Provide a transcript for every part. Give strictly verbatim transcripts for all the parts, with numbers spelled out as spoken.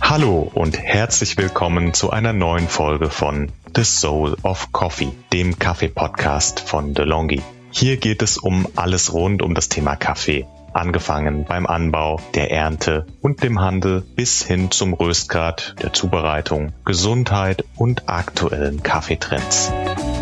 Hallo und herzlich willkommen zu einer neuen Folge von The Soul of Coffee, dem Kaffee-Podcast von DeLonghi. Hier geht es um alles rund um das Thema Kaffee, angefangen beim Anbau, der Ernte und dem Handel bis hin zum Röstgrad, der Zubereitung, Gesundheit und aktuellen Kaffeetrends.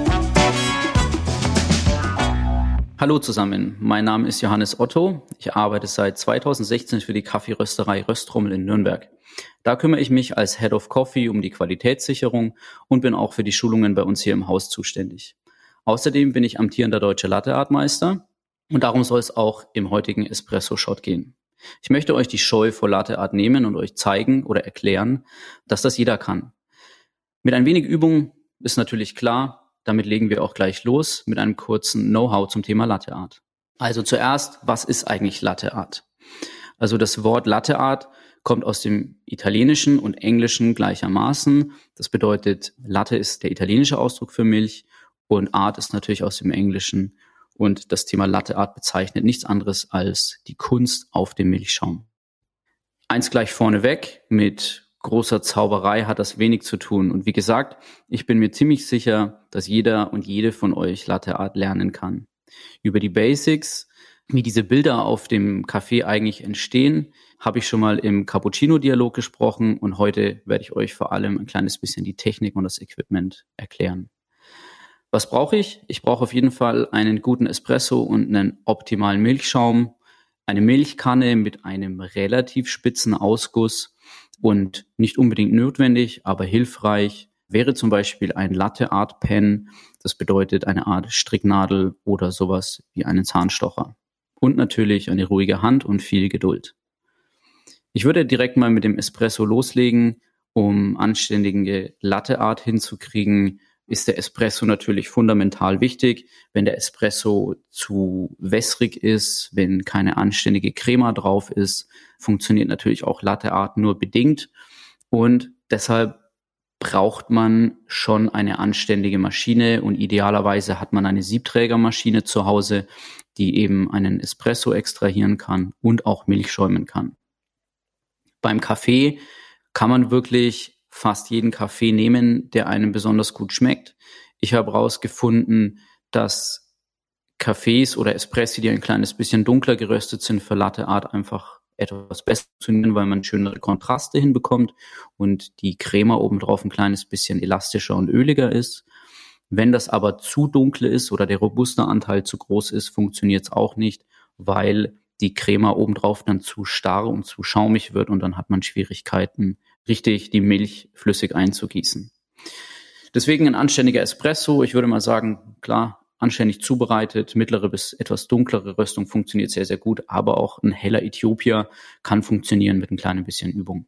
Hallo zusammen, mein Name ist Johannes Otto. Ich arbeite seit zweitausendsechzehn für die Kaffeerösterei Röstrommel in Nürnberg. Da kümmere ich mich als Head of Coffee um die Qualitätssicherung und bin auch für die Schulungen bei uns hier im Haus zuständig. Außerdem bin ich amtierender deutscher Latte Art Meister und darum soll es auch im heutigen Espresso Shot gehen. Ich möchte euch die Scheu vor Latte Art nehmen und euch zeigen oder erklären, dass das jeder kann. Mit ein wenig Übung ist natürlich klar. Damit legen wir auch gleich los mit einem kurzen Know-how zum Thema Latte Art. Also zuerst, was ist eigentlich Latte Art? Also das Wort Latte Art kommt aus dem Italienischen und Englischen gleichermaßen. Das bedeutet, Latte ist der italienische Ausdruck für Milch und Art ist natürlich aus dem Englischen. Und das Thema Latte Art bezeichnet nichts anderes als die Kunst auf dem Milchschaum. Eins gleich vorneweg, mit großer Zauberei hat das wenig zu tun. Und wie gesagt, ich bin mir ziemlich sicher, dass jeder und jede von euch Latte Art lernen kann. Über die Basics, wie diese Bilder auf dem Kaffee eigentlich entstehen, habe ich schon mal im Cappuccino-Dialog gesprochen und heute werde ich euch vor allem ein kleines bisschen die Technik und das Equipment erklären. Was brauche ich? Ich brauche auf jeden Fall einen guten Espresso und einen optimalen Milchschaum, eine Milchkanne mit einem relativ spitzen Ausguss. Und nicht unbedingt notwendig, aber hilfreich wäre zum Beispiel ein Latte Art Pen. Das bedeutet eine Art Stricknadel oder sowas wie einen Zahnstocher. Und natürlich eine ruhige Hand und viel Geduld. Ich würde direkt mal mit dem Espresso loslegen. Um anständige Latte Art hinzukriegen, ist der Espresso natürlich fundamental wichtig. Wenn der Espresso zu wässrig ist, wenn keine anständige Crema drauf ist, funktioniert natürlich auch Latte Art nur bedingt. Und deshalb braucht man schon eine anständige Maschine und idealerweise hat man eine Siebträgermaschine zu Hause, die eben einen Espresso extrahieren kann und auch Milch schäumen kann. Beim Kaffee kann man wirklich fast jeden Kaffee nehmen, der einem besonders gut schmeckt. Ich habe herausgefunden, dass Kaffees oder Espressi, die ein kleines bisschen dunkler geröstet sind, für Latte Art einfach etwas besser funktionieren, weil man schönere Kontraste hinbekommt und die Crema obendrauf ein kleines bisschen elastischer und öliger ist. Wenn das aber zu dunkle ist oder der robuste Anteil zu groß ist, funktioniert es auch nicht, weil die Crema obendrauf dann zu starr und zu schaumig wird und dann hat man Schwierigkeiten, richtig die Milch flüssig einzugießen. Deswegen ein anständiger Espresso, ich würde mal sagen, klar, anständig zubereitet, mittlere bis etwas dunklere Röstung funktioniert sehr, sehr gut, aber auch ein heller Äthiopier kann funktionieren mit ein kleines bisschen Übung.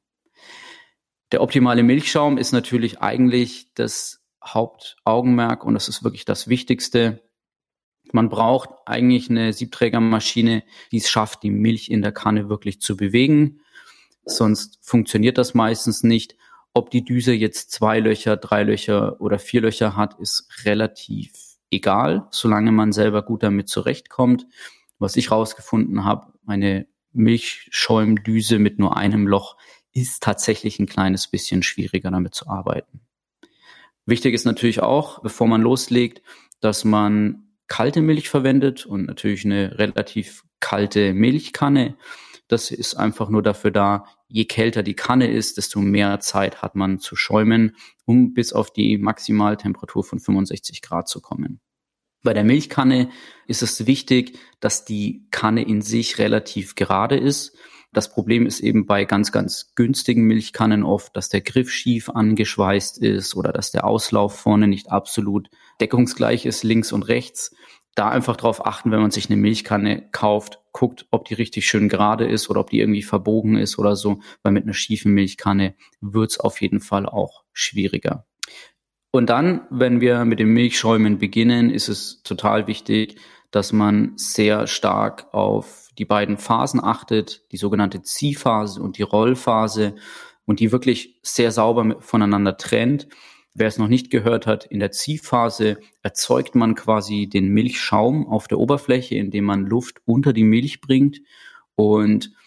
Der optimale Milchschaum ist natürlich eigentlich das Hauptaugenmerk und das ist wirklich das Wichtigste. Man braucht eigentlich eine Siebträgermaschine, die es schafft, die Milch in der Kanne wirklich zu bewegen. Sonst funktioniert das meistens nicht. Ob die Düse jetzt zwei Löcher, drei Löcher oder vier Löcher hat, ist relativ egal, solange man selber gut damit zurechtkommt. Was ich rausgefunden habe, eine Milchschäumdüse mit nur einem Loch ist tatsächlich ein kleines bisschen schwieriger damit zu arbeiten. Wichtig ist natürlich auch, bevor man loslegt, dass man kalte Milch verwendet und natürlich eine relativ kalte Milchkanne. Das ist einfach nur dafür da, je kälter die Kanne ist, desto mehr Zeit hat man zu schäumen, um bis auf die Maximaltemperatur von fünfundsechzig Grad zu kommen. Bei der Milchkanne ist es wichtig, dass die Kanne in sich relativ gerade ist. Das Problem ist eben bei ganz, ganz günstigen Milchkannen oft, dass der Griff schief angeschweißt ist oder dass der Auslauf vorne nicht absolut deckungsgleich ist, links und rechts. Da einfach drauf achten, wenn man sich eine Milchkanne kauft, guckt, ob die richtig schön gerade ist oder ob die irgendwie verbogen ist oder so, weil mit einer schiefen Milchkanne wird es auf jeden Fall auch schwieriger. Und dann, wenn wir mit dem Milchschäumen beginnen, ist es total wichtig, dass man sehr stark auf die beiden Phasen achtet, die sogenannte Ziehphase und die Rollphase und die wirklich sehr sauber voneinander trennt. Wer es noch nicht gehört hat, in der Ziehphase erzeugt man quasi den Milchschaum auf der Oberfläche, indem man Luft unter die Milch bringt und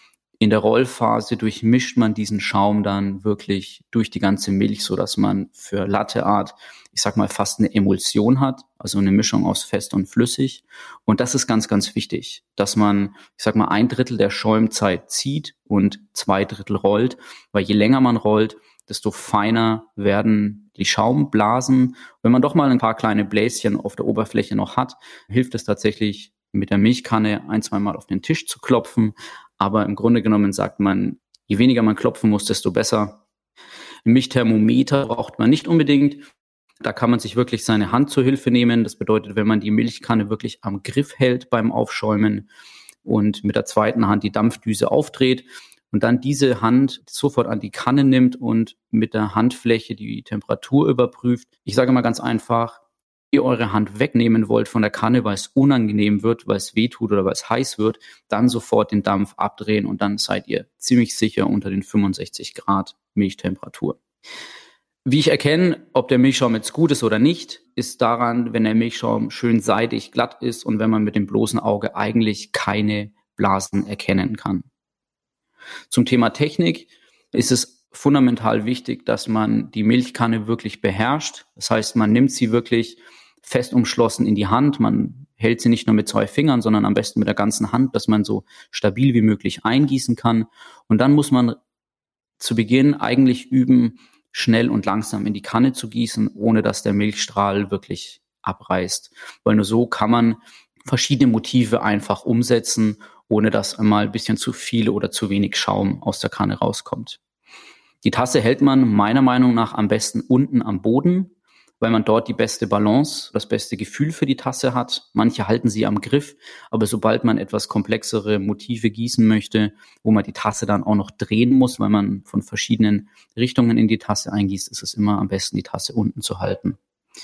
In der Rollphase durchmischt man diesen Schaum dann wirklich durch die ganze Milch, so dass man für Latte Art, ich sag mal, fast eine Emulsion hat, also eine Mischung aus fest und flüssig. Und das ist ganz, ganz wichtig, dass man, ich sag mal, ein Drittel der Schäumzeit zieht und zwei Drittel rollt, weil je länger man rollt, desto feiner werden die Schaumblasen. Wenn man doch mal ein paar kleine Bläschen auf der Oberfläche noch hat, hilft es tatsächlich, mit der Milchkanne ein, zwei Mal auf den Tisch zu klopfen. Aber im Grunde genommen sagt man, je weniger man klopfen muss, desto besser. Ein Milchthermometer braucht man nicht unbedingt. Da kann man sich wirklich seine Hand zur Hilfe nehmen. Das bedeutet, wenn man die Milchkanne wirklich am Griff hält beim Aufschäumen und mit der zweiten Hand die Dampfdüse aufdreht und dann diese Hand sofort an die Kanne nimmt und mit der Handfläche die Temperatur überprüft. Ich sage mal ganz einfach, ihr eure Hand wegnehmen wollt von der Kanne, weil es unangenehm wird, weil es weh tut oder weil es heiß wird, dann sofort den Dampf abdrehen und dann seid ihr ziemlich sicher unter den fünfundsechzig Grad Milchtemperatur. Wie ich erkenne, ob der Milchschaum jetzt gut ist oder nicht, ist daran, wenn der Milchschaum schön seidig glatt ist und wenn man mit dem bloßen Auge eigentlich keine Blasen erkennen kann. Zum Thema Technik ist es fundamental wichtig, dass man die Milchkanne wirklich beherrscht. Das heißt, man nimmt sie wirklich fest umschlossen in die Hand. Man hält sie nicht nur mit zwei Fingern, sondern am besten mit der ganzen Hand, dass man so stabil wie möglich eingießen kann. Und dann muss man zu Beginn eigentlich üben, schnell und langsam in die Kanne zu gießen, ohne dass der Milchstrahl wirklich abreißt. Weil nur so kann man verschiedene Motive einfach umsetzen, ohne dass einmal ein bisschen zu viel oder zu wenig Schaum aus der Kanne rauskommt. Die Tasse hält man meiner Meinung nach am besten unten am Boden, weil man dort die beste Balance, das beste Gefühl für die Tasse hat. Manche halten sie am Griff, aber sobald man etwas komplexere Motive gießen möchte, wo man die Tasse dann auch noch drehen muss, weil man von verschiedenen Richtungen in die Tasse eingießt, ist es immer am besten, die Tasse unten zu halten.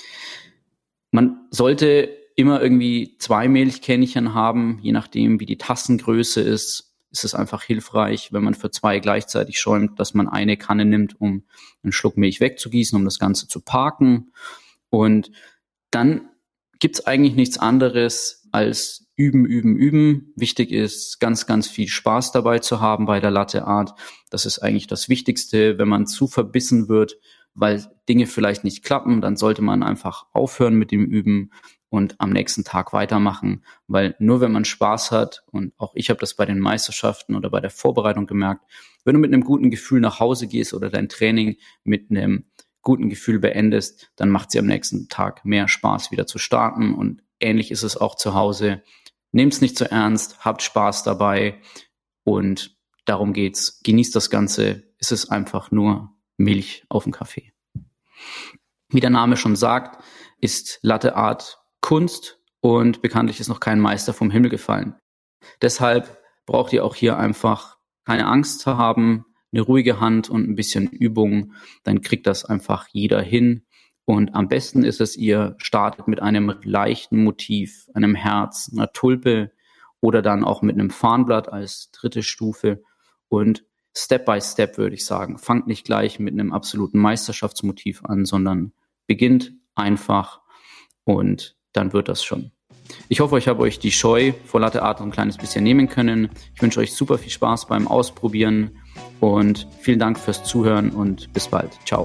Man sollte immer irgendwie zwei Milchkännchen haben, je nachdem, wie die Tassengröße ist. Ist es einfach hilfreich, wenn man für zwei gleichzeitig schäumt, dass man eine Kanne nimmt, um einen Schluck Milch wegzugießen, um das Ganze zu parken. Und dann gibt's eigentlich nichts anderes als üben, üben, üben. Wichtig ist, ganz, ganz viel Spaß dabei zu haben bei der Latte Art. Das ist eigentlich das Wichtigste. Wenn man zu verbissen wird, weil Dinge vielleicht nicht klappen, dann sollte man einfach aufhören mit dem Üben und am nächsten Tag weitermachen, weil nur wenn man Spaß hat, und auch ich habe das bei den Meisterschaften oder bei der Vorbereitung gemerkt, wenn du mit einem guten Gefühl nach Hause gehst oder dein Training mit einem guten Gefühl beendest, dann macht es dir am nächsten Tag mehr Spaß, wieder zu starten. Und ähnlich ist es auch zu Hause. Nehmt es nicht zu ernst, habt Spaß dabei und darum geht's. Genießt das Ganze. Es ist einfach nur Milch auf dem Kaffee. Wie der Name schon sagt, ist Latte Art Kunst und bekanntlich ist noch kein Meister vom Himmel gefallen. Deshalb braucht ihr auch hier einfach keine Angst zu haben, eine ruhige Hand und ein bisschen Übung, dann kriegt das einfach jeder hin. Und am besten ist es, ihr startet mit einem leichten Motiv, einem Herz, einer Tulpe oder dann auch mit einem Farnblatt als dritte Stufe und Step by Step würde ich sagen. Fangt nicht gleich mit einem absoluten Meisterschaftsmotiv an, sondern beginnt einfach und dann wird das schon. Ich hoffe, ich habe euch die Scheu vor Latte Art ein kleines bisschen nehmen können. Ich wünsche euch super viel Spaß beim Ausprobieren und vielen Dank fürs Zuhören und bis bald. Ciao.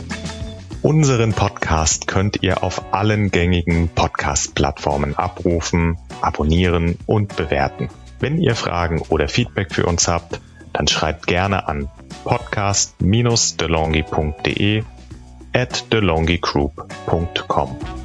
Unseren Podcast könnt ihr auf allen gängigen Podcast-Plattformen abrufen, abonnieren und bewerten. Wenn ihr Fragen oder Feedback für uns habt, dann schreibt gerne an podcast dash delonghi punkt de at delonghi group punkt com.